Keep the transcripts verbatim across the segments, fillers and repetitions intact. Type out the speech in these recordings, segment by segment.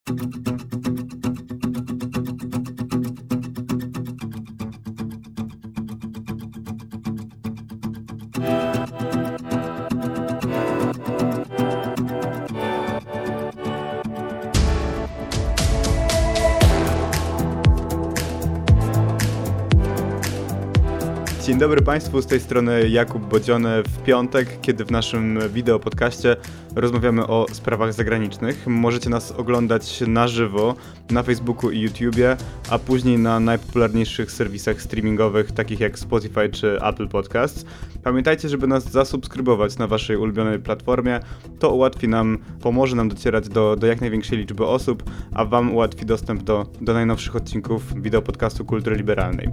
Dzień dobry Państwu, z tej strony Jakub Bodziony w piątek, kiedy w naszym wideo podcaście rozmawiamy o sprawach zagranicznych. Możecie nas oglądać na żywo na Facebooku i YouTubie, a później na najpopularniejszych serwisach streamingowych takich jak Spotify czy Apple Podcasts. Pamiętajcie, żeby nas zasubskrybować na Waszej ulubionej platformie. To ułatwi nam, pomoże nam docierać do, do jak największej liczby osób, a Wam ułatwi dostęp do, do najnowszych odcinków wideo podcastu Kultury Liberalnej.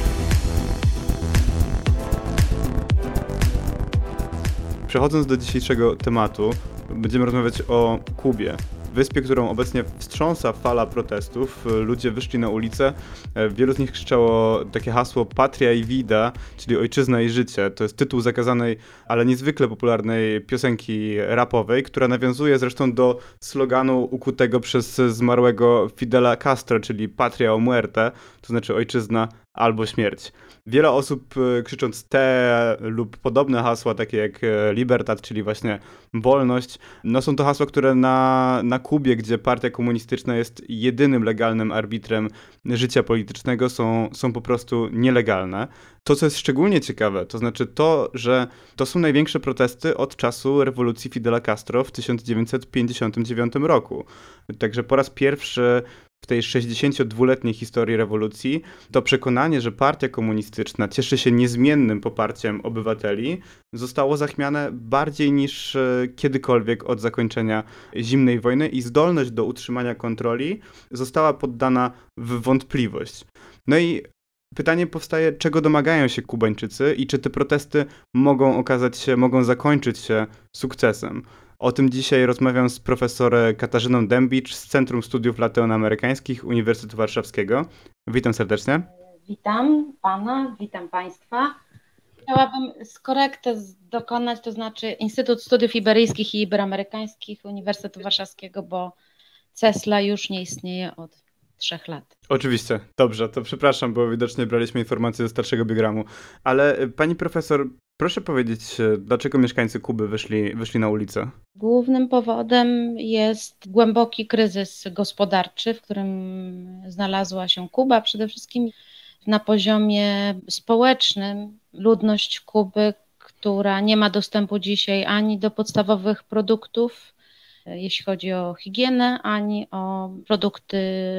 Przechodząc do dzisiejszego tematu, będziemy rozmawiać o Kubie. Wyspie, którą obecnie wstrząsa fala protestów. Ludzie wyszli na ulicę. Wielu z nich krzyczało takie hasło Patria i Vida, czyli ojczyzna i życie. To jest tytuł zakazanej, ale niezwykle popularnej piosenki rapowej, która nawiązuje zresztą do sloganu ukutego przez zmarłego Fidela Castro, czyli Patria o muerte, to znaczy ojczyzna albo śmierć. Wiele osób krzycząc te lub podobne hasła, takie jak Libertad, czyli właśnie wolność, no są to hasła, które na, na Kubie, gdzie partia komunistyczna jest jedynym legalnym arbitrem życia politycznego, są, są po prostu nielegalne. To, co jest szczególnie ciekawe, to znaczy to, że to są największe protesty od czasu rewolucji Fidela Castro w tysiąc dziewięćset pięćdziesiątym dziewiątym roku. Także po raz pierwszy w tej sześćdziesięciodwuletniej historii rewolucji to przekonanie, że partia komunistyczna cieszy się niezmiennym poparciem obywateli, zostało zachwiane bardziej niż kiedykolwiek od zakończenia zimnej wojny i zdolność do utrzymania kontroli została poddana w wątpliwość. No i pytanie powstaje, czego domagają się Kubańczycy i czy te protesty mogą okazać się, mogą zakończyć się sukcesem. O tym dzisiaj rozmawiam z profesor Katarzyną Dębicz z Centrum Studiów Latynoamerykańskich Uniwersytetu Warszawskiego. Witam serdecznie. Witam Pana, witam Państwa. Chciałabym skorektę dokonać, to znaczy Instytut Studiów Iberyjskich i Iberoamerykańskich Uniwersytetu Warszawskiego, bo CESLA już nie istnieje od trzech lat. Oczywiście, dobrze, to przepraszam, bo widocznie braliśmy informacje ze starszego biogramu. Ale pani profesor, proszę powiedzieć, dlaczego mieszkańcy Kuby wyszli, wyszli na ulicę? Głównym powodem jest głęboki kryzys gospodarczy, w którym znalazła się Kuba. Przede wszystkim na poziomie społecznym ludność Kuby, która nie ma dostępu dzisiaj ani do podstawowych produktów, jeśli chodzi o higienę, ani o produkty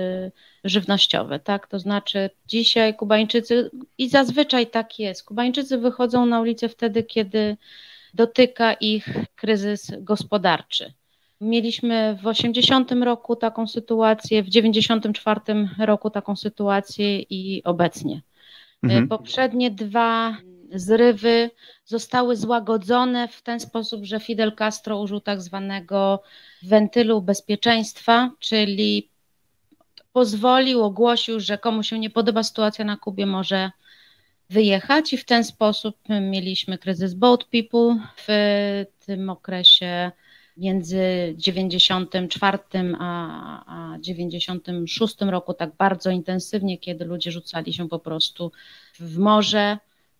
żywnościowe, tak? To znaczy dzisiaj Kubańczycy, i zazwyczaj tak jest, Kubańczycy wychodzą na ulicę wtedy, kiedy dotyka ich kryzys gospodarczy. Mieliśmy w osiemdziesiątym roku taką sytuację, w dziewięćdziesiątym czwartym roku taką sytuację i obecnie. Mhm. Poprzednie dwa zrywy zostały złagodzone w ten sposób, że Fidel Castro użył tak zwanego wentylu bezpieczeństwa, czyli pozwolił, ogłosił, że komu się nie podoba sytuacja na Kubie, może wyjechać i w ten sposób mieliśmy kryzys Boat People w tym okresie między dziewięćdziesiątym czwartym a, a dziewięćdziesiątym szóstym roku tak bardzo intensywnie, kiedy ludzie rzucali się po prostu w morze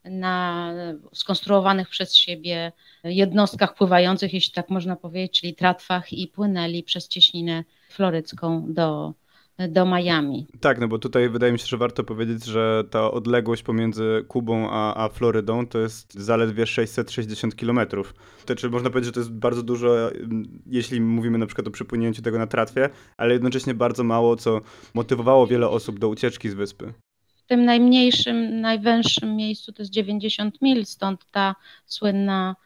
na skonstruowanych przez siebie jednostkach pływających, jeśli tak można powiedzieć, czyli tratwach i płynęli przez cieśninę florycką do do Miami. Tak, no bo tutaj wydaje mi się, że warto powiedzieć, że ta odległość pomiędzy Kubą a, a Florydą to jest zaledwie sześćset sześćdziesiąt kilometrów. To czy można powiedzieć, że to jest bardzo dużo, jeśli mówimy na przykład o przypłynięciu tego na tratwie, ale jednocześnie bardzo mało, co motywowało wiele osób do ucieczki z wyspy. W tym najmniejszym, najwęższym miejscu to jest dziewięćdziesiąt mil, stąd ta słynna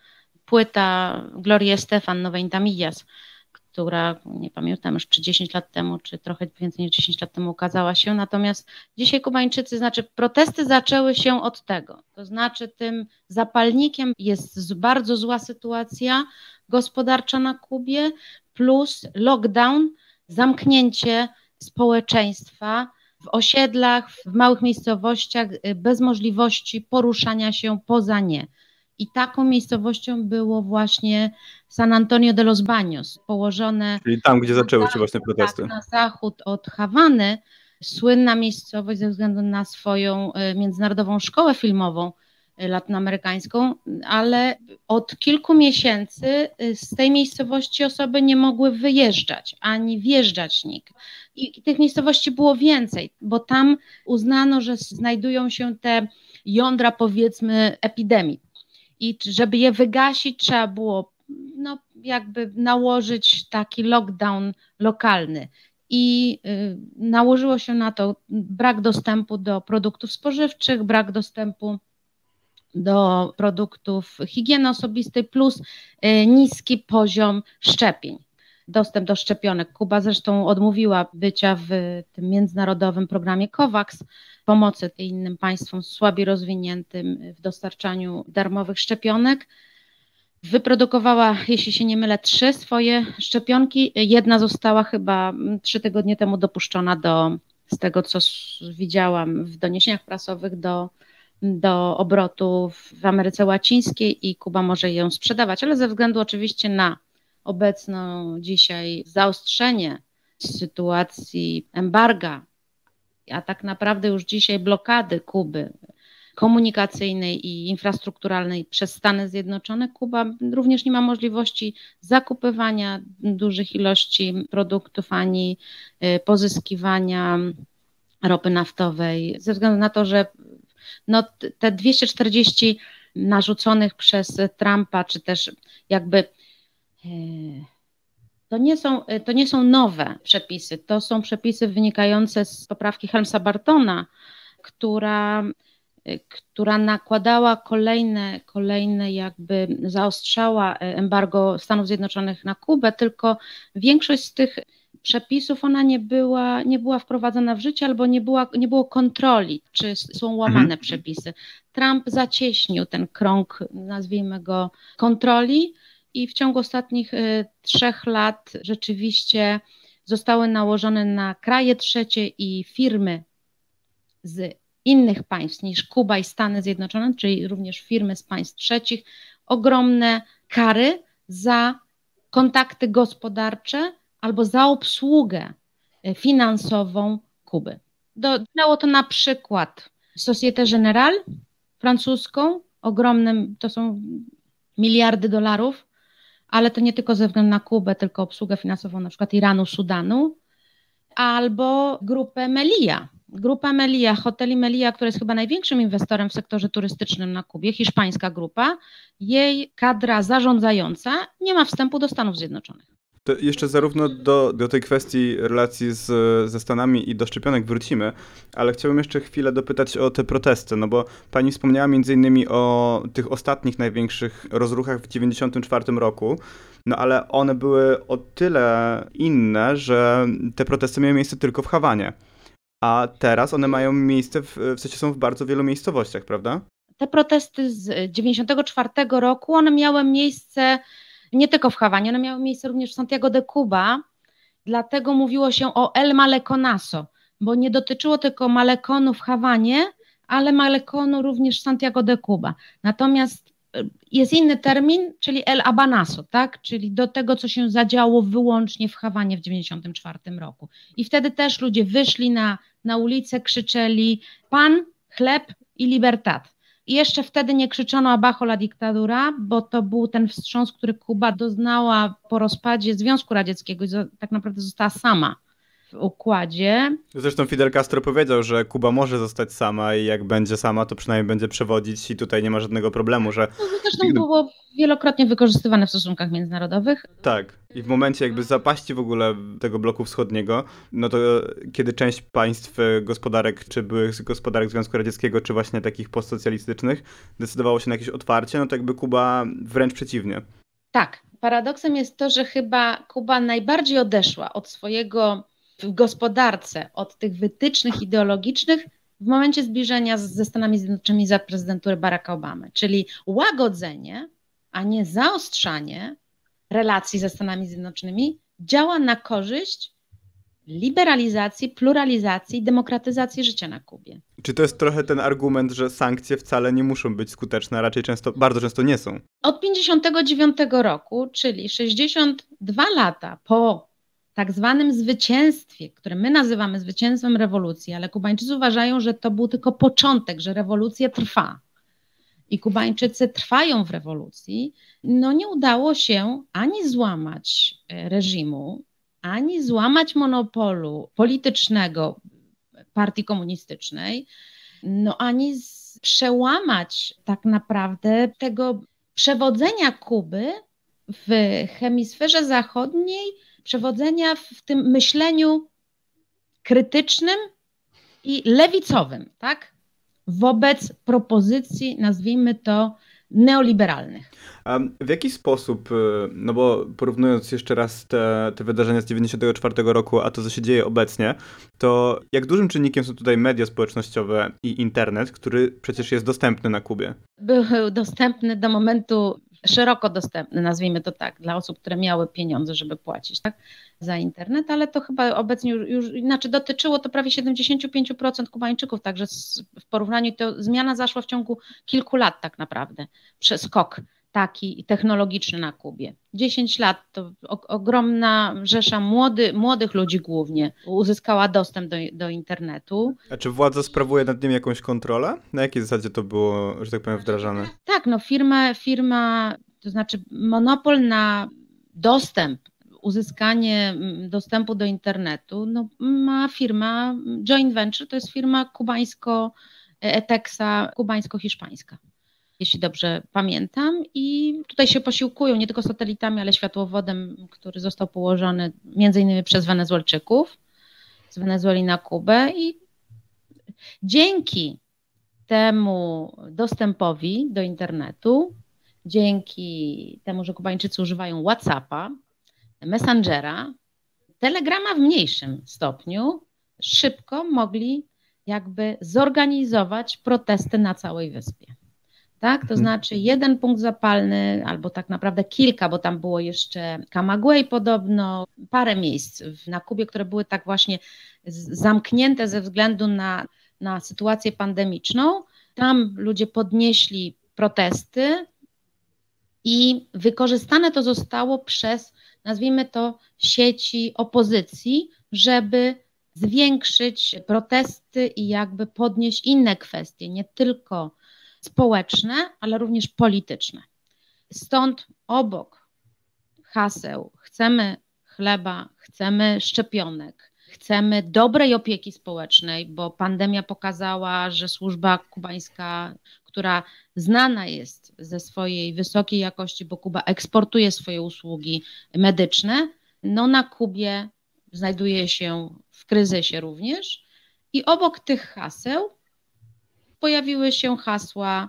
płyta Gloria Estefan, Noventa Millas, która, nie pamiętam już, czy dziesięć lat temu, czy trochę więcej niż dziesięć lat temu ukazała się. Natomiast dzisiaj Kubańczycy, znaczy protesty zaczęły się od tego. To znaczy tym zapalnikiem jest bardzo zła sytuacja gospodarcza na Kubie plus lockdown, zamknięcie społeczeństwa w osiedlach, w małych miejscowościach bez możliwości poruszania się poza nie. I taką miejscowością było właśnie San Antonio de los Baños, położone Czyli tam, gdzie na zaczęły się zachód, właśnie protesty. tak, na zachód od Hawany, słynna miejscowość ze względu na swoją y, międzynarodową szkołę filmową y, latynoamerykańską, ale od kilku miesięcy y, z tej miejscowości osoby nie mogły wyjeżdżać, ani wjeżdżać nikt. I, I tych miejscowości było więcej, bo tam uznano, że znajdują się te jądra, powiedzmy, epidemii. I żeby je wygasić, trzeba było no, jakby nałożyć taki lockdown lokalny. I y, nałożyło się na to brak dostępu do produktów spożywczych, brak dostępu do produktów higieny osobistej plus y, niski poziom szczepień. Dostęp do szczepionek. Kuba zresztą odmówiła bycia w tym międzynarodowym programie COVAX, pomocy innym państwom słabiej rozwiniętym w dostarczaniu darmowych szczepionek. Wyprodukowała, jeśli się nie mylę, trzy swoje szczepionki. Jedna została chyba trzy tygodnie temu dopuszczona do, z tego co widziałam w doniesieniach prasowych, do, do obrotu w Ameryce Łacińskiej i Kuba może ją sprzedawać, ale ze względu oczywiście na obecną dzisiaj zaostrzenie sytuacji embarga, a tak naprawdę już dzisiaj blokady Kuby komunikacyjnej i infrastrukturalnej przez Stany Zjednoczone, Kuba również nie ma możliwości zakupywania dużych ilości produktów ani pozyskiwania ropy naftowej, ze względu na to, że no, te dwieście czterdzieści narzuconych przez Trumpa, czy też jakby to nie są, to nie są nowe przepisy, to są przepisy wynikające z poprawki Helmsa-Bartona, która która nakładała kolejne, kolejne jakby zaostrzała embargo Stanów Zjednoczonych na Kubę, tylko większość z tych przepisów ona nie była, nie była wprowadzona w życie albo nie, była, nie było kontroli, czy są łamane mhm. przepisy. Trump zacieśnił ten krąg, nazwijmy go, kontroli i w ciągu ostatnich y, trzech lat rzeczywiście zostały nałożone na kraje trzecie i firmy z innych państw niż Kuba i Stany Zjednoczone, czyli również firmy z państw trzecich, ogromne kary za kontakty gospodarcze albo za obsługę finansową Kuby. Dotknęło to na przykład Société Générale francuską, ogromnym, to są miliardy dolarów, ale to nie tylko ze względu na Kubę, tylko obsługę finansową na przykład Iranu, Sudanu, albo grupę Melia. Grupa Melia, hoteli Melia, która jest chyba największym inwestorem w sektorze turystycznym na Kubie, hiszpańska grupa, jej kadra zarządzająca nie ma wstępu do Stanów Zjednoczonych. To jeszcze zarówno do, do tej kwestii relacji z, ze Stanami i do szczepionek wrócimy, ale chciałbym jeszcze chwilę dopytać o te protesty, no bo pani wspomniała między innymi o tych ostatnich największych rozruchach w dziewięćdziesiątym czwartym roku, no ale one były o tyle inne, że te protesty miały miejsce tylko w Hawanie. A teraz one mają miejsce, w, w sensie są w bardzo wielu miejscowościach, prawda? Te protesty z dziewięćdziesiątego czwartego roku, one miały miejsce nie tylko w Hawanie, one miały miejsce również w Santiago de Cuba, dlatego mówiło się o El Maleconazo, bo nie dotyczyło tylko Malekonu w Hawanie, ale Malekonu również w Santiago de Cuba. Natomiast jest inny termin, czyli El Habanazo, tak? Czyli do tego, co się zadziało wyłącznie w Hawanie w dziewięćdziesiątym czwartym roku. I wtedy też ludzie wyszli na, na ulicę, krzyczeli pan, chleb i libertad. I jeszcze wtedy nie krzyczono abajo la dictadura, bo to był ten wstrząs, który Kuba doznała po rozpadzie Związku Radzieckiego i tak naprawdę została sama w układzie. Zresztą Fidel Castro powiedział, że Kuba może zostać sama i jak będzie sama, to przynajmniej będzie przewodzić i tutaj nie ma żadnego problemu, że... To zresztą było wielokrotnie wykorzystywane w stosunkach międzynarodowych. Tak. I w momencie jakby zapaści w ogóle tego bloku wschodniego, no to kiedy część państw gospodarek, czy byłych gospodarek Związku Radzieckiego, czy właśnie takich postsocjalistycznych decydowało się na jakieś otwarcie, no to jakby Kuba wręcz przeciwnie. Tak. Paradoksem jest to, że chyba Kuba najbardziej odeszła od swojego w gospodarce, od tych wytycznych ideologicznych w momencie zbliżenia z, ze Stanami Zjednoczonymi za prezydentury Baracka Obamy, czyli łagodzenie, a nie zaostrzanie relacji ze Stanami Zjednoczonymi działa na korzyść liberalizacji, pluralizacji, demokratyzacji życia na Kubie. Czy to jest trochę ten argument, że sankcje wcale nie muszą być skuteczne, a raczej często, bardzo często nie są? Od pięćdziesiątego dziewiątego roku, czyli sześćdziesiąt dwa lata po tak zwanym zwycięstwie, które my nazywamy zwycięstwem rewolucji, ale Kubańczycy uważają, że to był tylko początek, że rewolucja trwa. I Kubańczycy trwają w rewolucji, no nie udało się ani złamać reżimu, ani złamać monopolu politycznego partii komunistycznej, no ani z, przełamać tak naprawdę tego przewodzenia Kuby w hemisferze zachodniej, przewodzenia w tym myśleniu krytycznym i lewicowym, tak? Wobec propozycji, nazwijmy to, neoliberalnych. A w jaki sposób, no bo porównując jeszcze raz te, te wydarzenia z dziewięćdziesiątego czwartego roku, a to, co się dzieje obecnie, to jak dużym czynnikiem są tutaj media społecznościowe i internet, który przecież jest dostępny na Kubie? Był dostępny do momentu, szeroko dostępny, nazwijmy to tak, dla osób, które miały pieniądze, żeby płacić, tak, za internet, ale to chyba obecnie już, już znaczy dotyczyło to prawie siedemdziesiąt pięć procent Kubańczyków, także w porównaniu to zmiana zaszła w ciągu kilku lat tak naprawdę, przeskok taki technologiczny na Kubie. dziesięć lat to o, ogromna rzesza młody, młodych ludzi głównie uzyskała dostęp do, do internetu. A czy władza sprawuje nad nim jakąś kontrolę? Na jakiej zasadzie to było, że tak powiem, wdrażane? Tak, no firma, firma, to znaczy monopol na dostęp, uzyskanie dostępu do internetu, no ma firma joint venture, to jest firma kubańsko-eteksa, kubańsko-hiszpańska, jeśli dobrze pamiętam. I tutaj się posiłkują nie tylko satelitami, ale światłowodem, który został położony między innymi przez Wenezuelczyków z Wenezueli na Kubę. I dzięki temu dostępowi do internetu, dzięki temu, że Kubańczycy używają WhatsAppa, Messengera, Telegrama w mniejszym stopniu, szybko mogli jakby zorganizować protesty na całej wyspie. Tak, to znaczy jeden punkt zapalny, albo tak naprawdę kilka, bo tam było jeszcze Camagüey podobno, parę miejsc na Kubie, które były tak właśnie zamknięte ze względu na, na sytuację pandemiczną. Tam ludzie podnieśli protesty i wykorzystane to zostało przez, nazwijmy to, sieci opozycji, żeby zwiększyć protesty i jakby podnieść inne kwestie, nie tylko społeczne, ale również polityczne. Stąd obok haseł chcemy chleba, chcemy szczepionek, chcemy dobrej opieki społecznej, bo pandemia pokazała, że służba kubańska, która znana jest ze swojej wysokiej jakości, bo Kuba eksportuje swoje usługi medyczne, no na Kubie znajduje się w kryzysie również. I obok tych haseł pojawiły się hasła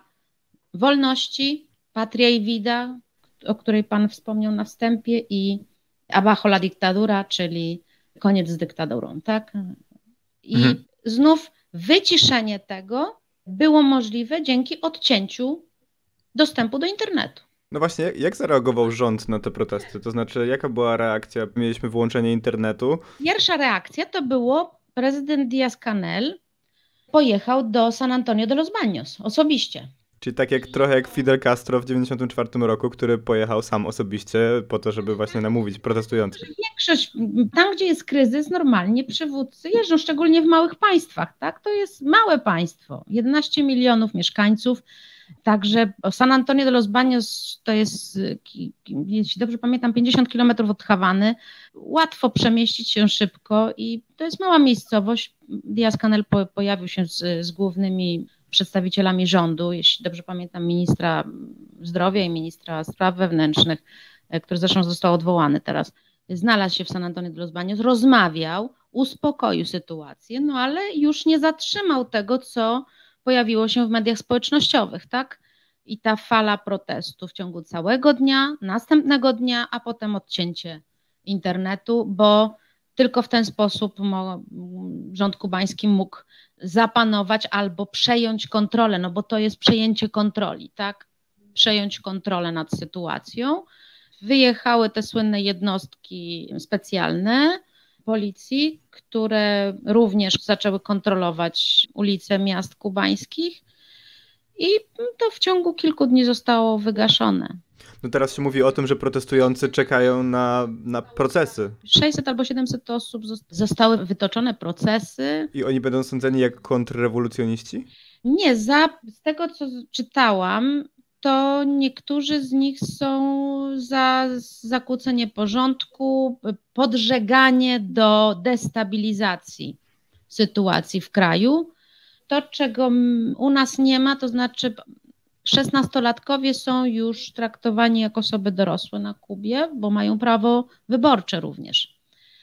wolności, patria y vida, o której Pan wspomniał na wstępie, i abajo la dictadura, czyli koniec z dyktaturą, tak? I mhm. znów wyciszenie tego było możliwe dzięki odcięciu dostępu do internetu. No właśnie, jak zareagował rząd na te protesty? To znaczy, jaka była reakcja? Mieliśmy wyłączenie internetu. Pierwsza reakcja to było prezydent Díaz-Canel pojechał do San Antonio de los Baños osobiście. Czyli tak jak trochę jak Fidel Castro w dziewięćdziesiątym czwartym roku, który pojechał sam osobiście po to, żeby właśnie namówić protestujących. Większość, tam gdzie jest kryzys, normalnie przywódcy jeżdżą, szczególnie w małych państwach, tak? To jest małe państwo, jedenaście milionów mieszkańców, także San Antonio de los Baños to jest, jeśli dobrze pamiętam, pięćdziesiąt kilometrów od Hawany, łatwo przemieścić się szybko i to jest mała miejscowość. Díaz-Canel po, pojawił się z, z głównymi przedstawicielami rządu, jeśli dobrze pamiętam, ministra zdrowia i ministra spraw wewnętrznych, który zresztą został odwołany teraz, znalazł się w San Antonio de los Baños, rozmawiał, uspokoił sytuację, no ale już nie zatrzymał tego, co pojawiło się w mediach społecznościowych, tak? I ta fala protestu w ciągu całego dnia, następnego dnia, a potem odcięcie internetu, bo tylko w ten sposób mo, rząd kubański mógł zapanować albo przejąć kontrolę, no bo to jest przejęcie kontroli, tak? Przejąć kontrolę nad sytuacją. Wyjechały te słynne jednostki specjalne, policji, które również zaczęły kontrolować ulice miast kubańskich i to w ciągu kilku dni zostało wygaszone. No teraz się mówi o tym, że protestujący czekają na, na procesy sześćset albo siedemset osób zos- zostały wytoczone procesy. i oni będą sądzeni jak kontrrewolucjoniści? Nie, za, z tego co czytałam, to niektórzy z nich są za zakłócenie porządku, podżeganie do destabilizacji sytuacji w kraju. To, czego m- u nas nie ma, to znaczy szesnastolatkowie są już traktowani jako osoby dorosłe na Kubie, bo mają prawo wyborcze również.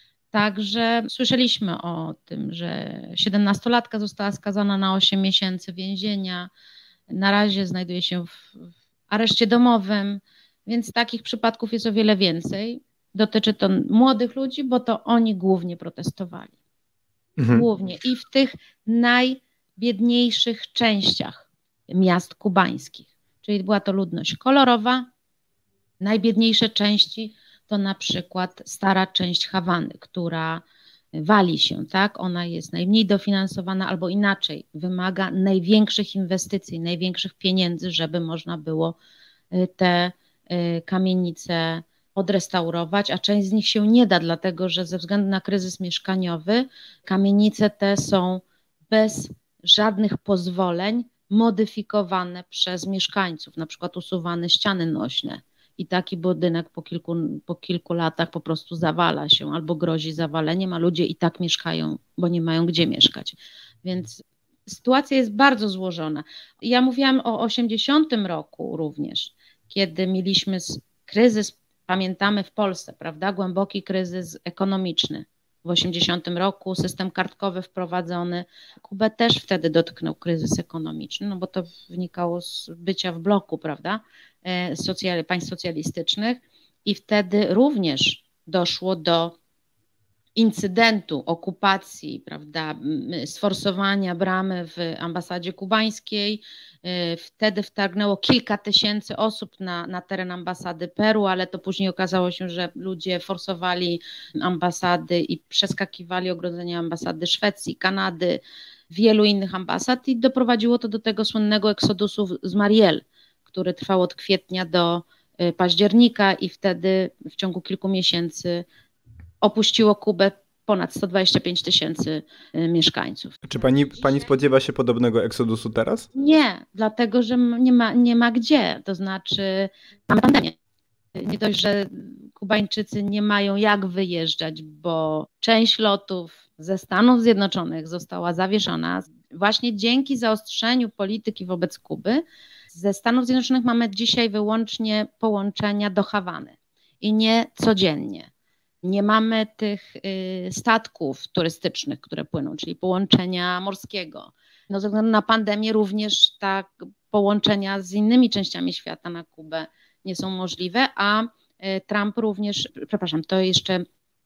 Także słyszeliśmy o tym, że siedemnastolatka została skazana na osiem miesięcy więzienia. Na razie znajduje się w, w areszcie domowym, więc takich przypadków jest o wiele więcej. Dotyczy to młodych ludzi, bo to oni głównie protestowali. Mhm. Głównie i w tych najbiedniejszych częściach miast kubańskich. Czyli była to ludność kolorowa. Najbiedniejsze części to na przykład stara część Hawany, która wali się, tak? Ona jest najmniej dofinansowana albo inaczej, wymaga największych inwestycji, największych pieniędzy, żeby można było y, te y, kamienice odrestaurować, a część z nich się nie da, dlatego że ze względu na kryzys mieszkaniowy kamienice te są bez żadnych pozwoleń modyfikowane przez mieszkańców, na przykład usuwane ściany nośne. I taki budynek po kilku, po kilku latach po prostu zawala się albo grozi zawaleniem, a ludzie i tak mieszkają, bo nie mają gdzie mieszkać. Więc sytuacja jest bardzo złożona. Ja mówiłam o osiemdziesiątym roku również, kiedy mieliśmy kryzys, pamiętamy w Polsce, prawda, głęboki kryzys ekonomiczny. W osiemdziesiątym roku system kartkowy wprowadzony. Kubę też wtedy dotknął kryzys ekonomiczny, no bo to wynikało z bycia w bloku, prawda, socjal, państw socjalistycznych i wtedy również doszło do incydentu, okupacji, prawda, sforsowania bramy w ambasadzie kubańskiej. Wtedy wtargnęło kilka tysięcy osób na, na teren ambasady Peru, ale to później okazało się, że ludzie forsowali ambasady i przeskakiwali ogrodzenia ambasady Szwecji, Kanady, wielu innych ambasad i doprowadziło to do tego słynnego eksodusu z Mariel, który trwał od kwietnia do października i wtedy w ciągu kilku miesięcy opuściło Kubę ponad sto dwadzieścia pięć tysięcy mieszkańców. Czy pani, pani spodziewa się podobnego eksodusu teraz? Nie, dlatego że nie ma, nie ma gdzie, to znaczy mamy pandemię. Nie dość, że Kubańczycy nie mają jak wyjeżdżać, bo część lotów ze Stanów Zjednoczonych została zawieszona. Właśnie dzięki zaostrzeniu polityki wobec Kuby ze Stanów Zjednoczonych mamy dzisiaj wyłącznie połączenia do Hawany i nie codziennie. Nie mamy tych y, statków turystycznych, które płyną, czyli połączenia morskiego. No, ze względu na pandemię również tak połączenia z innymi częściami świata na Kubę nie są możliwe, a y, Trump również, przepraszam, to jeszcze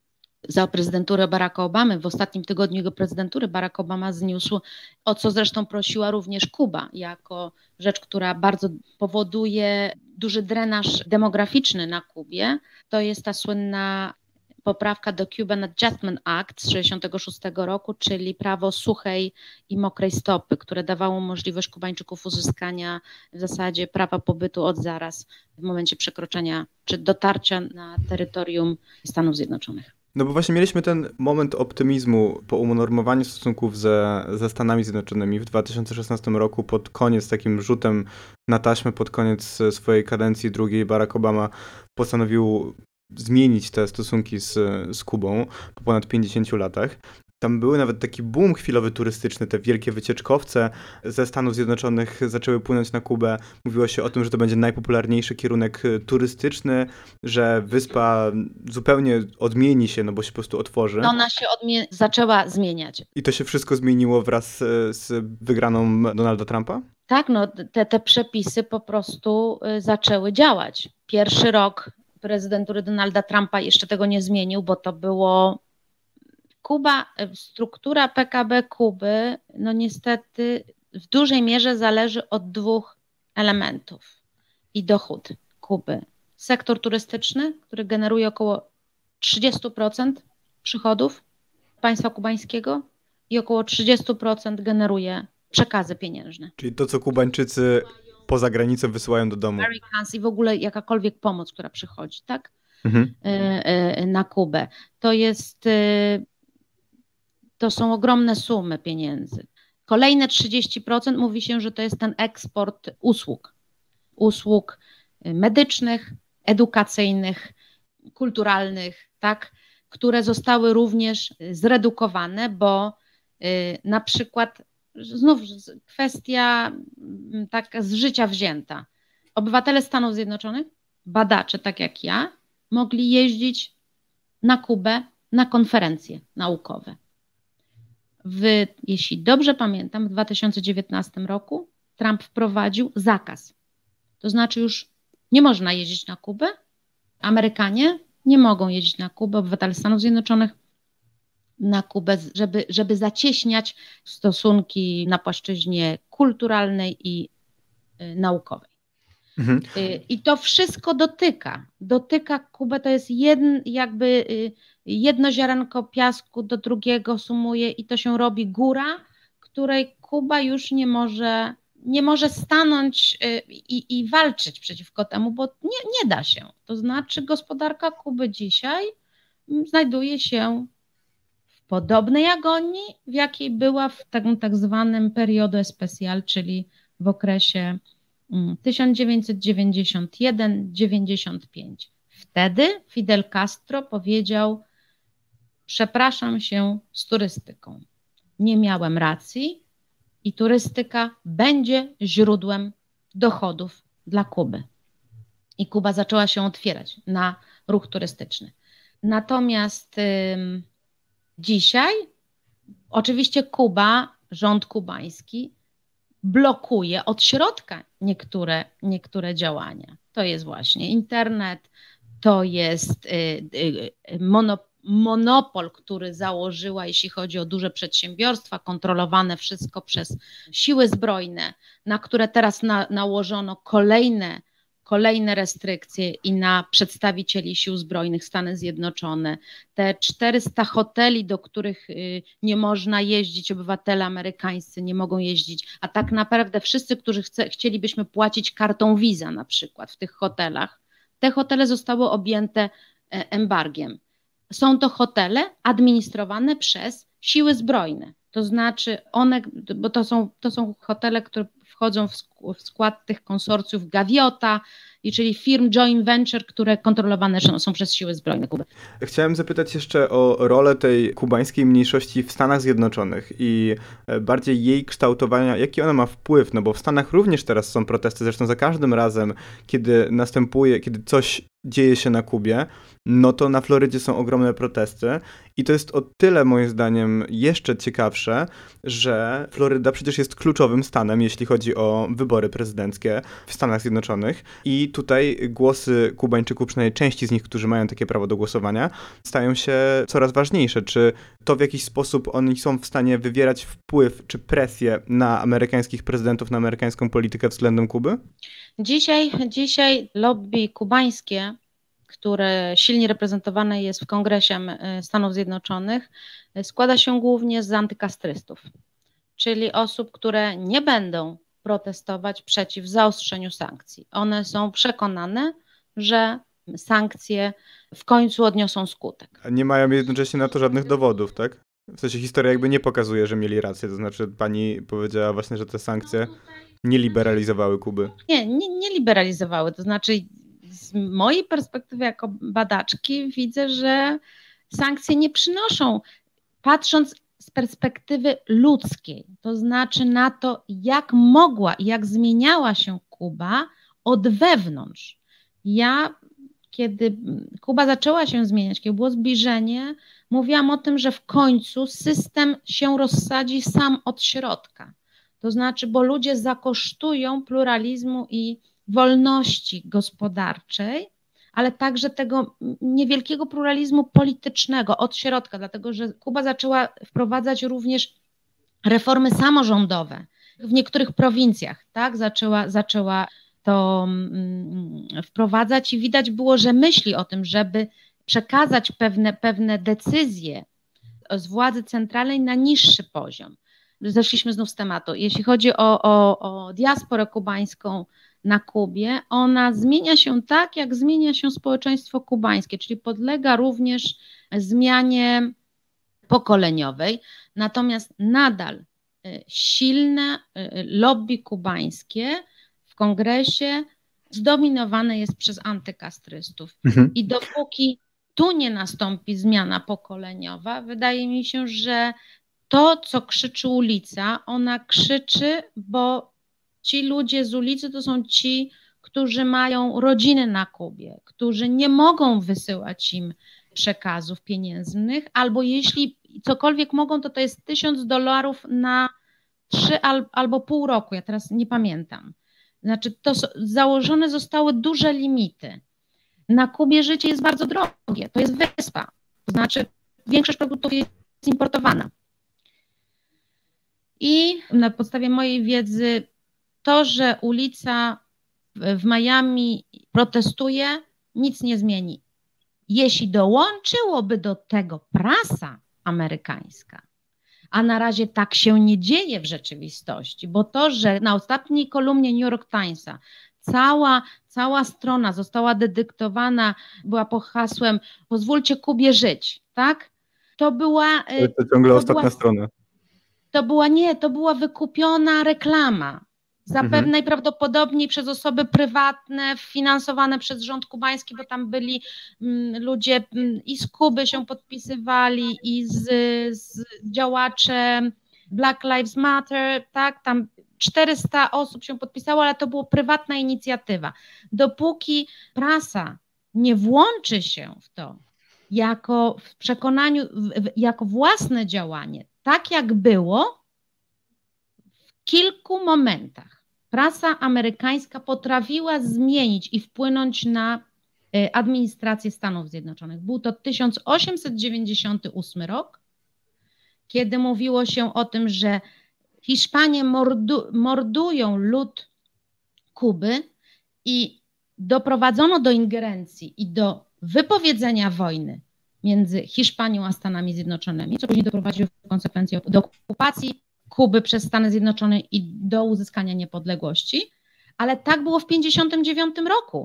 za prezydentury Baracka Obamy, w ostatnim tygodniu jego prezydentury Barack Obama zniósł, o co zresztą prosiła również Kuba, jako rzecz, która bardzo powoduje duży drenaż demograficzny na Kubie. To jest ta słynna poprawka do Cuban Adjustment Act z tysiąc dziewięćset sześćdziesiątego szóstego roku, czyli prawo suchej i mokrej stopy, które dawało możliwość Kubańczyków uzyskania w zasadzie prawa pobytu od zaraz w momencie przekroczenia czy dotarcia na terytorium Stanów Zjednoczonych. No bo właśnie mieliśmy ten moment optymizmu po unormowaniu stosunków ze, ze Stanami Zjednoczonymi w dwa tysiące szesnastym roku, pod koniec, takim rzutem na taśmę, pod koniec swojej kadencji drugiej Barack Obama postanowił zmienić te stosunki z, z Kubą po ponad pięćdziesięciu latach. Tam były nawet taki boom chwilowy turystyczny, te wielkie wycieczkowce ze Stanów Zjednoczonych zaczęły płynąć na Kubę. Mówiło się o tym, że to będzie najpopularniejszy kierunek turystyczny, że wyspa zupełnie odmieni się, no bo się po prostu otworzy. Ona się odmie- zaczęła zmieniać. I to się wszystko zmieniło wraz z, z wygraną Donalda Trumpa? Tak, no te, te przepisy po prostu zaczęły działać. Pierwszy rok prezydentury Donalda Trumpa jeszcze tego nie zmienił, bo to było Kuba, struktura P K B Kuby, no niestety w dużej mierze zależy od dwóch elementów i dochód Kuby. Sektor turystyczny, który generuje około trzydzieści procent przychodów państwa kubańskiego i około trzydzieści procent generuje przekazy pieniężne. Czyli to, co Kubańczycy poza granicą wysyłają do domu. Americans i w ogóle jakakolwiek pomoc, która przychodzi, tak? Mhm. Na Kubę. To jest, to są ogromne sumy pieniędzy. Kolejne trzydzieści procent mówi się, że to jest ten eksport usług. Usług medycznych, edukacyjnych, kulturalnych, tak? Które zostały również zredukowane, bo na przykład znów kwestia tak z życia wzięta. Obywatele Stanów Zjednoczonych, badacze tak jak ja, mogli jeździć na Kubę na konferencje naukowe. W, jeśli dobrze pamiętam, w dwa tysiące dziewiętnastym roku Trump wprowadził zakaz. To znaczy już nie można jeździć na Kubę, Amerykanie nie mogą jeździć na Kubę, obywatele Stanów Zjednoczonych na Kubę, żeby, żeby zacieśniać stosunki na płaszczyźnie kulturalnej i y, naukowej. Mhm. Y, I to wszystko dotyka, dotyka Kubę, to jest jedn, jakby y, jedno ziarenko piasku do drugiego sumuje i to się robi góra, której Kuba już nie może, nie może stanąć y, i, i walczyć przeciwko temu, bo nie, nie da się. To znaczy gospodarka Kuby dzisiaj znajduje się w podobnej agonii, w jakiej była w tak, tak zwanym periodo especial, czyli w okresie tysiąc dziewięćset dziewięćdziesiąt jeden do dziewięćdziesiąt pięć. Wtedy Fidel Castro powiedział: przepraszam się z turystyką. Nie miałem racji i turystyka będzie źródłem dochodów dla Kuby. I Kuba zaczęła się otwierać na ruch turystyczny. Natomiast ym, dzisiaj oczywiście Kuba, rząd kubański blokuje od środka niektóre, niektóre działania. To jest właśnie internet, to jest y, y, mono, monopol, który założyła, jeśli chodzi o duże przedsiębiorstwa, kontrolowane wszystko przez siły zbrojne, na które teraz na, nałożono kolejne Kolejne restrykcje i na przedstawicieli sił zbrojnych Stany Zjednoczone. Te czterysta hoteli, do których nie można jeździć, obywatele amerykańscy nie mogą jeździć, a tak naprawdę wszyscy, którzy chce, chcielibyśmy płacić kartą Visa na przykład w tych hotelach, te hotele zostały objęte embargiem. Są to hotele administrowane przez siły zbrojne. To znaczy one, bo to są, to są hotele, które wchodzą w skład tych konsorcjów Gaviota, i czyli firm joint venture, które kontrolowane są przez siły zbrojne Kuby. Chciałem zapytać jeszcze o rolę tej kubańskiej mniejszości w Stanach Zjednoczonych i bardziej jej kształtowania, jaki ona ma wpływ, no bo w Stanach również teraz są protesty, zresztą za każdym razem, kiedy następuje, kiedy coś dzieje się na Kubie, no to na Florydzie są ogromne protesty i to jest o tyle moim zdaniem jeszcze ciekawsze, że Floryda przecież jest kluczowym stanem, jeśli chodzi o wybory prezydenckie w Stanach Zjednoczonych i tutaj głosy Kubańczyków, przynajmniej części z nich, którzy mają takie prawo do głosowania, stają się coraz ważniejsze. Czy to w jakiś sposób oni są w stanie wywierać wpływ czy presję na amerykańskich prezydentów, na amerykańską politykę względem Kuby? Dzisiaj, dzisiaj lobby kubańskie, które silnie reprezentowane jest w Kongresie Stanów Zjednoczonych, składa się głównie z antykastrystów, czyli osób, które nie będą protestować przeciw zaostrzeniu sankcji. One są przekonane, że sankcje w końcu odniosą skutek. A nie mają jednocześnie na to żadnych dowodów, tak? W sensie historia jakby nie pokazuje, że mieli rację, to znaczy pani powiedziała właśnie, że te sankcje nie liberalizowały Kuby. Nie, nie, nie liberalizowały, to znaczy z mojej perspektywy jako badaczki widzę, że sankcje nie przynoszą, patrząc z perspektywy ludzkiej, to znaczy na to, jak mogła i jak zmieniała się Kuba od wewnątrz. Ja, kiedy Kuba zaczęła się zmieniać, kiedy było zbliżenie, mówiłam o tym, że w końcu system się rozsadzi sam od środka. To znaczy, bo ludzie zakosztują pluralizmu i wolności gospodarczej, ale także tego niewielkiego pluralizmu politycznego od środka, dlatego że Kuba zaczęła wprowadzać również reformy samorządowe w niektórych prowincjach, tak? Zaczęła, zaczęła to mm, wprowadzać i widać było, że myśli o tym, żeby przekazać pewne, pewne decyzje z władzy centralnej na niższy poziom. Zeszliśmy znów z tematu. Jeśli chodzi o, o, o diasporę kubańską na Kubie, ona zmienia się tak, jak zmienia się społeczeństwo kubańskie, czyli podlega również zmianie pokoleniowej, natomiast nadal silne lobby kubańskie w kongresie zdominowane jest przez antykastrystów. Mhm. I dopóki tu nie nastąpi zmiana pokoleniowa, wydaje mi się, że to, co krzyczy ulica, ona krzyczy, bo ci ludzie z ulicy to są ci, którzy mają rodziny na Kubie, którzy nie mogą wysyłać im przekazów pieniężnych, albo jeśli cokolwiek mogą, to to jest tysiąc dolarów na trzy al, albo pół roku, ja teraz nie pamiętam. Znaczy, to założone zostały duże limity. Na Kubie życie jest bardzo drogie, to jest wyspa, to znaczy większość produktów jest importowana. I na podstawie mojej wiedzy to, że ulica w Miami protestuje, nic nie zmieni. Jeśli dołączyłoby do tego prasa amerykańska, a na razie tak się nie dzieje w rzeczywistości, bo to, że na ostatniej kolumnie New York Timesa cała, cała strona została dedyktowana, była pod hasłem pozwólcie Kubie żyć, tak? To była... To ciągle to ostatnia była, strona. To była nie, to była wykupiona reklama. Zapewne Mhm. najprawdopodobniej przez osoby prywatne, finansowane przez rząd kubański, bo tam byli mm, ludzie mm, i z Kuby się podpisywali, i z, z działaczem Black Lives Matter, tak, tam czterysta osób się podpisało, ale to była prywatna inicjatywa. Dopóki prasa nie włączy się w to, jako w przekonaniu, w, jako własne działanie, tak jak było, w kilku momentach prasa amerykańska potrafiła zmienić i wpłynąć na administrację Stanów Zjednoczonych. Był to tysiąc osiemset dziewięćdziesiąty ósmy rok, kiedy mówiło się o tym, że Hiszpanie mordu, mordują lud Kuby i doprowadzono do ingerencji i do wypowiedzenia wojny między Hiszpanią a Stanami Zjednoczonymi, co później doprowadziło w konsekwencji do okupacji Kuby przez Stany Zjednoczone i do uzyskania niepodległości, ale tak było w pięćdziesiątym dziewiątym roku.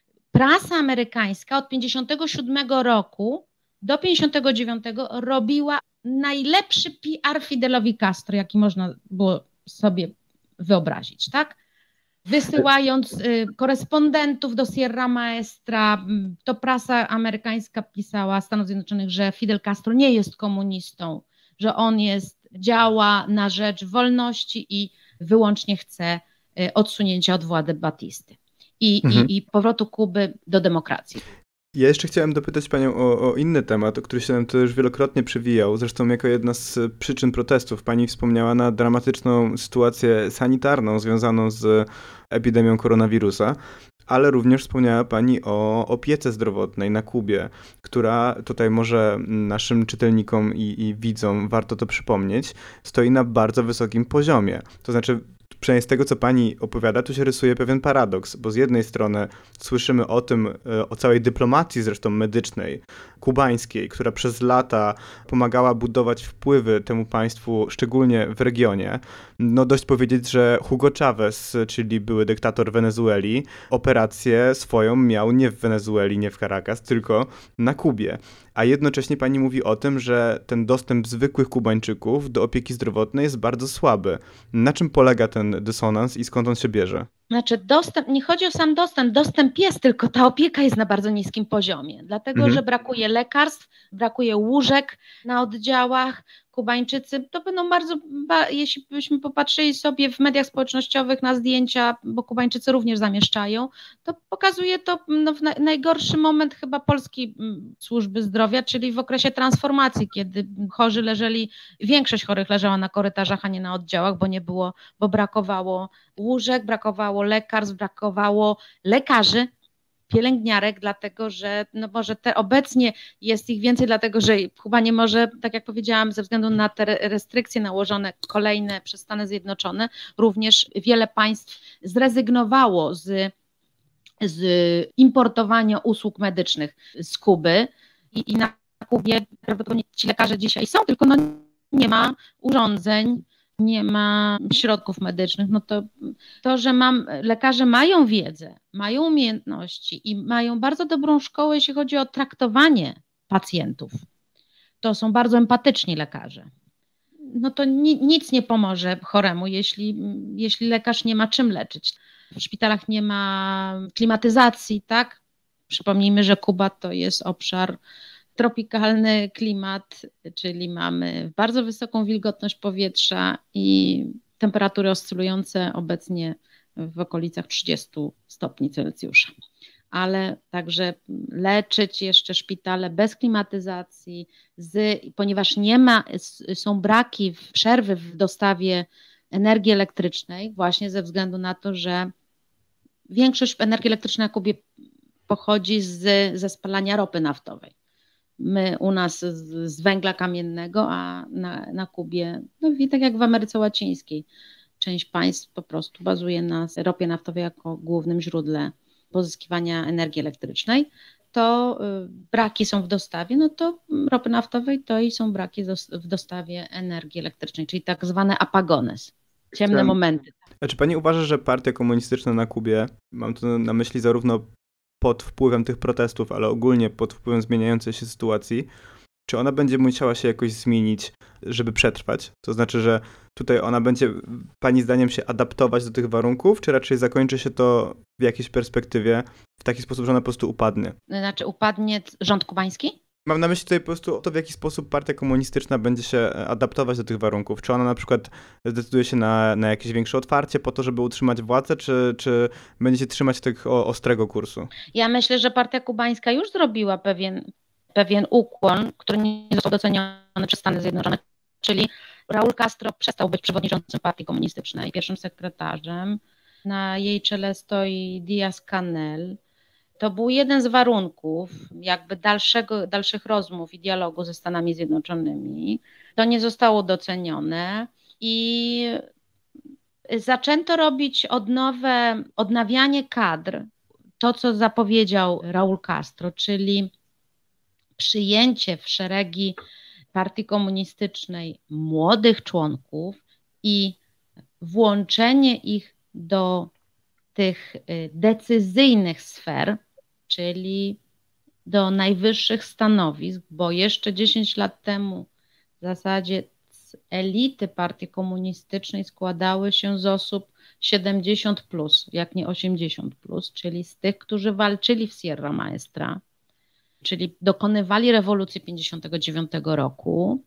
Prasa amerykańska od pięćdziesiątego siódmego roku do pięćdziesiątego dziewiątego robiła najlepszy P R Fidelowi Castro, jaki można było sobie wyobrazić, tak? Wysyłając y, korespondentów do Sierra Maestra, to prasa amerykańska pisała Stanów Zjednoczonych, że Fidel Castro nie jest komunistą, że on jest, działa na rzecz wolności i wyłącznie chce y, odsunięcia od władzy Batisty i, mhm. i, i powrotu Kuby do demokracji. Ja jeszcze chciałem dopytać panią o, o inny temat, o który się nam to już wielokrotnie przewijał. Zresztą jako jedna z przyczyn protestów pani wspomniała na dramatyczną sytuację sanitarną związaną z epidemią koronawirusa, ale również wspomniała pani o opiece zdrowotnej na Kubie, która tutaj może naszym czytelnikom i, i widzom, warto to przypomnieć, stoi na bardzo wysokim poziomie. To znaczy, przynajmniej z tego, co pani opowiada, tu się rysuje pewien paradoks, bo z jednej strony słyszymy o tym, o całej dyplomacji zresztą medycznej, kubańskiej, która przez lata pomagała budować wpływy temu państwu, szczególnie w regionie. No dość powiedzieć, że Hugo Chavez, czyli były dyktator Wenezueli, operację swoją miał nie w Wenezueli, nie w Caracas, tylko na Kubie. A jednocześnie pani mówi o tym, że ten dostęp zwykłych Kubańczyków do opieki zdrowotnej jest bardzo słaby. Na czym polega ten dysonans i skąd on się bierze? Znaczy dostęp, nie chodzi o sam dostęp, dostęp jest, tylko ta opieka jest na bardzo niskim poziomie, dlatego mhm. że brakuje lekarstw, brakuje łóżek na oddziałach. Kubańczycy to będą bardzo, jeśli byśmy popatrzyli sobie w mediach społecznościowych na zdjęcia, bo Kubańczycy również zamieszczają, to pokazuje to no, w najgorszy moment chyba polskiej służby zdrowia, czyli w okresie transformacji, kiedy chorzy leżeli, większość chorych leżała na korytarzach, a nie na oddziałach, bo nie było, bo brakowało łóżek, brakowało lekarstw, brakowało lekarzy, pielęgniarek, dlatego że no może te obecnie jest ich więcej, dlatego że Kuba nie może, tak jak powiedziałam, ze względu na te restrykcje nałożone kolejne przez Stany Zjednoczone, również wiele państw zrezygnowało z, z importowania usług medycznych z Kuby, i na Kubie prawdopodobnie ci lekarze dzisiaj są, tylko no nie ma urządzeń, nie ma środków medycznych. No to, to, że mam, lekarze mają wiedzę, mają umiejętności i mają bardzo dobrą szkołę, jeśli chodzi o traktowanie pacjentów. To są bardzo empatyczni lekarze. No to ni, nic nie pomoże choremu, jeśli, jeśli lekarz nie ma czym leczyć. W szpitalach nie ma klimatyzacji, tak? Przypomnijmy, że Kuba to jest obszar tropikalny klimat, czyli mamy bardzo wysoką wilgotność powietrza i temperatury oscylujące obecnie w okolicach trzydzieści stopni Celsjusza. Ale także leczyć jeszcze szpitale bez klimatyzacji, z, ponieważ nie ma, są braki, przerwy w dostawie energii elektrycznej, właśnie ze względu na to, że większość energii elektrycznej na Kubie pochodzi z, ze spalania ropy naftowej. My u nas z, z węgla kamiennego, a na, na Kubie, no i tak jak w Ameryce Łacińskiej, część państw po prostu bazuje na ropie naftowej jako głównym źródle pozyskiwania energii elektrycznej, to braki są w dostawie, no to ropy naftowej to i są braki w dostawie energii elektrycznej, czyli tak zwane apagones, ciemne Chciałem... momenty. A czy pani uważa, że partia komunistyczna na Kubie, mam tu na myśli zarówno pod wpływem tych protestów, ale ogólnie pod wpływem zmieniającej się sytuacji, czy ona będzie musiała się jakoś zmienić, żeby przetrwać? To znaczy, że tutaj ona będzie, pani zdaniem, się adaptować do tych warunków, czy raczej zakończy się to w jakiejś perspektywie w taki sposób, że ona po prostu upadnie? Znaczy upadnie rząd kubański? Mam na myśli tutaj po prostu to, w jaki sposób partia komunistyczna będzie się adaptować do tych warunków. Czy ona na przykład zdecyduje się na, na jakieś większe otwarcie po to, żeby utrzymać władzę, czy, czy będzie się trzymać tego ostrego kursu? Ja myślę, że partia kubańska już zrobiła pewien, pewien ukłon, który nie został doceniony przez Stany Zjednoczone, czyli Raúl Castro przestał być przewodniczącym partii komunistycznej, pierwszym sekretarzem. Na jej czele stoi Díaz-Canel. To był jeden z warunków jakby dalszego, dalszych rozmów i dialogu ze Stanami Zjednoczonymi. To nie zostało docenione i zaczęto robić odnowę, odnawianie kadr. To, co zapowiedział Raúl Castro, czyli przyjęcie w szeregi partii komunistycznej młodych członków i włączenie ich do tych decyzyjnych sfer, czyli do najwyższych stanowisk, bo jeszcze dziesięć lat temu w zasadzie elity partii komunistycznej składały się z osób siedemdziesiąt plus, jak nie osiemdziesiąt plus, czyli z tych, którzy walczyli w Sierra Maestra, czyli dokonywali rewolucji pięćdziesiątego dziewiątego roku.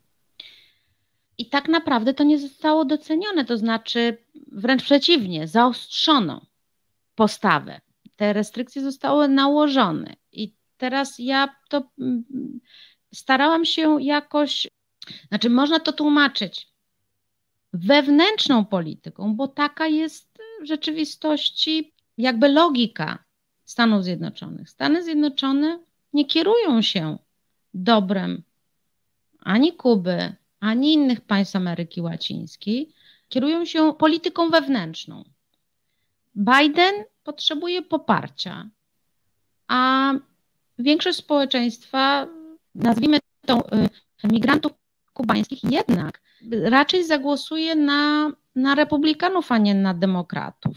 I tak naprawdę to nie zostało docenione, to znaczy wręcz przeciwnie, zaostrzono postawę. Te restrykcje zostały nałożone i teraz ja to starałam się jakoś, znaczy można to tłumaczyć wewnętrzną polityką, bo taka jest w rzeczywistości jakby logika Stanów Zjednoczonych. Stany Zjednoczone nie kierują się dobrem ani Kuby, ani innych państw Ameryki Łacińskiej, kierują się polityką wewnętrzną. Biden potrzebuje poparcia, a większość społeczeństwa, nazwijmy to migrantów kubańskich, jednak raczej zagłosuje na, na republikanów, a nie na demokratów.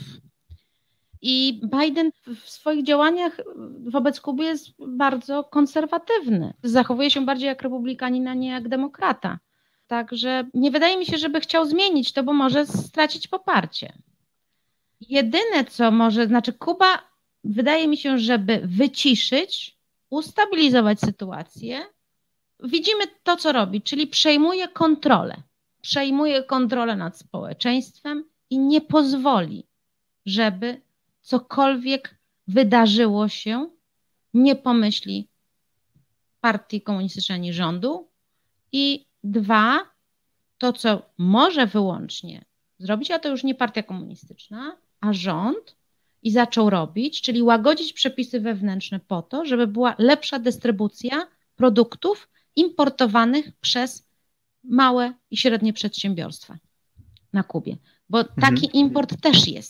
I Biden w swoich działaniach wobec Kuby jest bardzo konserwatywny. Zachowuje się bardziej jak republikanin, a nie jak demokrata. Także nie wydaje mi się, żeby chciał zmienić to, bo może stracić poparcie. Jedyne, co może, znaczy Kuba, wydaje mi się, żeby wyciszyć, ustabilizować sytuację, widzimy to, co robi, czyli przejmuje kontrolę. Przejmuje kontrolę nad społeczeństwem i nie pozwoli, żeby cokolwiek wydarzyło się, nie pomyśli partii komunistycznej ani rządu. I dwa, to co może wyłącznie zrobić, a to już nie partia komunistyczna, a rząd, i zaczął robić, czyli łagodzić przepisy wewnętrzne po to, żeby była lepsza dystrybucja produktów importowanych przez małe i średnie przedsiębiorstwa na Kubie. Bo taki Mhm. import też jest.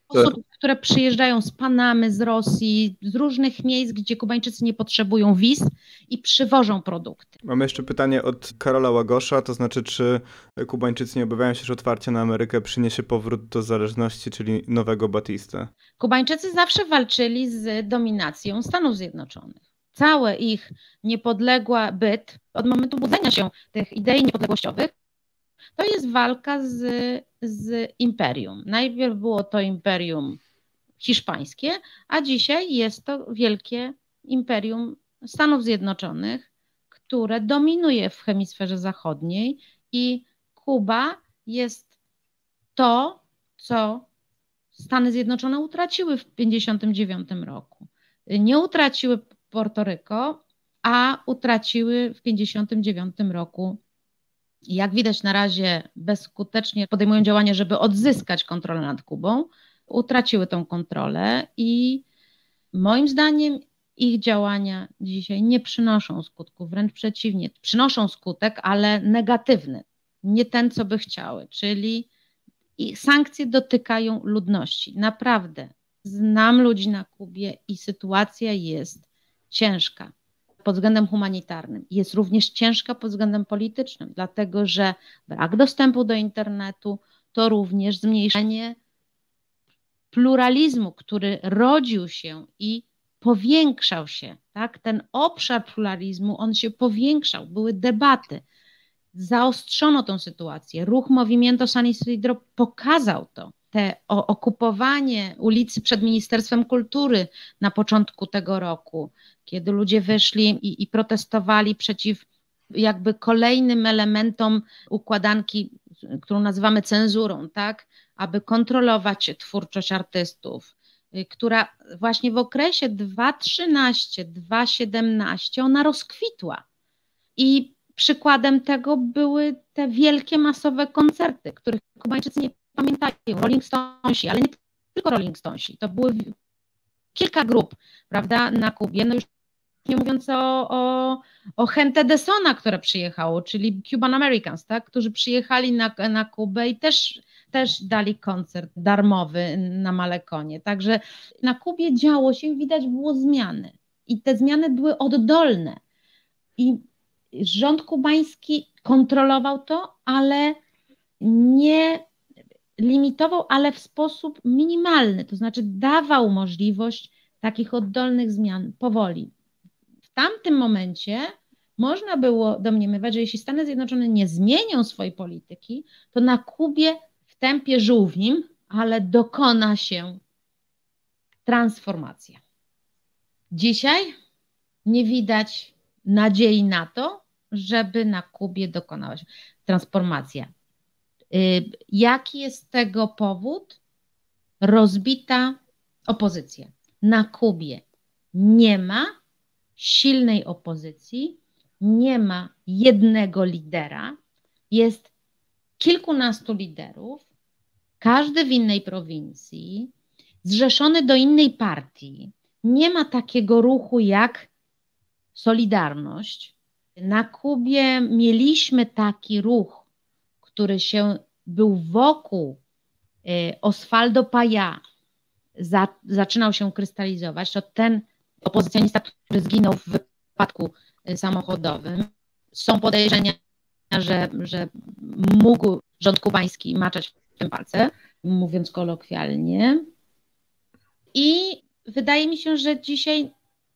osób, które przyjeżdżają z Panamy, z Rosji, z różnych miejsc, gdzie Kubańczycy nie potrzebują wiz i przywożą produkty. Mamy jeszcze pytanie od Karola Łagosza, to znaczy, czy Kubańczycy nie obawiają się, że otwarcie na Amerykę przyniesie powrót do zależności, czyli nowego Batistę? Kubańczycy zawsze walczyli z dominacją Stanów Zjednoczonych. Cały ich niepodległy byt, od momentu budzenia się tych idei niepodległościowych, to jest walka z, z imperium. Najpierw było to imperium hiszpańskie, a dzisiaj jest to wielkie imperium Stanów Zjednoczonych, które dominuje w hemisferze zachodniej i Kuba jest to, co Stany Zjednoczone utraciły w tysiąc dziewięćset pięćdziesiątym dziewiątym roku. Nie utraciły Portoryko, a utraciły w tysiąc dziewięćset pięćdziesiątym dziewiątym roku, jak widać na razie bezskutecznie podejmują działania, żeby odzyskać kontrolę nad Kubą, utraciły tą kontrolę i moim zdaniem ich działania dzisiaj nie przynoszą skutku, wręcz przeciwnie, przynoszą skutek, ale negatywny, nie ten, co by chciały, czyli i sankcje dotykają ludności. Naprawdę, znam ludzi na Kubie i sytuacja jest ciężka pod względem humanitarnym. Jest również ciężka pod względem politycznym, dlatego że brak dostępu do internetu to również zmniejszenie pluralizmu, który rodził się i powiększał się. Tak? Ten obszar pluralizmu, on się powiększał, były debaty. Zaostrzono tą sytuację. Ruch Movimiento San Isidro pokazał to. Te o, okupowanie ulicy przed Ministerstwem Kultury na początku tego roku, kiedy ludzie wyszli i, i protestowali przeciw jakby kolejnym elementom układanki, którą nazywamy cenzurą, tak, aby kontrolować twórczość artystów, która właśnie w okresie dwa tysiące trzynastym do dwa tysiące siedemnastego ona rozkwitła. I przykładem tego były te wielkie, masowe koncerty, których Kubańczycy nie pamiętają. Rolling Stonesi, ale nie tylko Rolling Stonesi. To były kilka grup, prawda, na Kubie. No już nie mówiąc o, o, o Gente de Sona, które przyjechało, czyli Cuban Americans, tak, którzy przyjechali na, na Kubę i też, też dali koncert darmowy na Malekonie. Także na Kubie działo się, widać było zmiany. I te zmiany były oddolne. I rząd kubański kontrolował to, ale nie limitował, ale w sposób minimalny, to znaczy dawał możliwość takich oddolnych zmian powoli. W tamtym momencie można było domniemywać, że jeśli Stany Zjednoczone nie zmienią swojej polityki, to na Kubie w tempie żółwim, ale dokona się transformacja. Dzisiaj nie widać nadziei na to, żeby na Kubie dokonała się transformacja. Jaki jest tego powód? Rozbita opozycja. Na Kubie nie ma silnej opozycji, nie ma jednego lidera, jest kilkunastu liderów, każdy w innej prowincji, zrzeszony do innej partii. Nie ma takiego ruchu jak Solidarność. Na Kubie mieliśmy taki ruch, który się był wokół y, Osvaldo Payá, za, zaczynał się krystalizować, to ten opozycjonista, który zginął w wypadku y, samochodowym, są podejrzenia, że, że mógł rząd kubański maczać w tym palce, mówiąc kolokwialnie. I wydaje mi się, że dzisiaj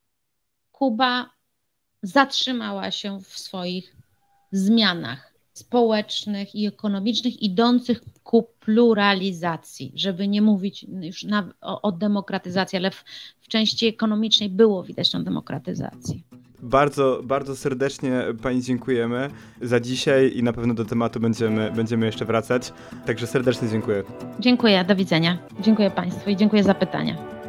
Kuba zatrzymała się w swoich zmianach społecznych i ekonomicznych idących ku pluralizacji, żeby nie mówić już na, o, o demokratyzacji, ale w, w części ekonomicznej było widać tą demokratyzację. Bardzo, bardzo serdecznie Pani dziękujemy za dzisiaj i na pewno do tematu będziemy, będziemy jeszcze wracać. Także serdecznie dziękuję. Dziękuję, do widzenia. Dziękuję Państwu i dziękuję za pytania.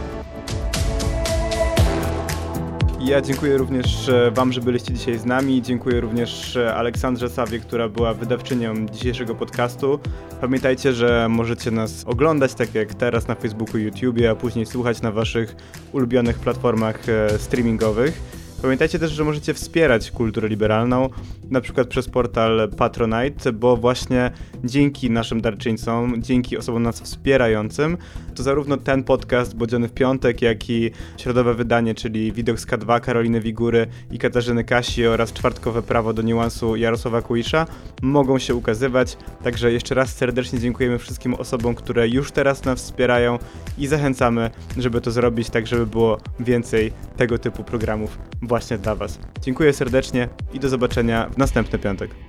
Ja dziękuję również Wam, że byliście dzisiaj z nami. Dziękuję również Aleksandrze Sawie, która była wydawczynią dzisiejszego podcastu. Pamiętajcie, że możecie nas oglądać tak jak teraz na Facebooku i YouTubie, a później słuchać na Waszych ulubionych platformach streamingowych. Pamiętajcie też, że możecie wspierać kulturę liberalną, na przykład przez portal Patronite, bo właśnie dzięki naszym darczyńcom, dzięki osobom nas wspierającym, to zarówno ten podcast Bodziony w piątek, jak i środowe wydanie, czyli Widok z K dwa Karoliny Wigury i Katarzyny Kasi oraz czwartkowe Prawo do niuansu Jarosława Kuisza mogą się ukazywać. Także jeszcze raz serdecznie dziękujemy wszystkim osobom, które już teraz nas wspierają i zachęcamy, żeby to zrobić, tak żeby było więcej tego typu programów właśnie dla Was. Dziękuję serdecznie i do zobaczenia w następny piątek.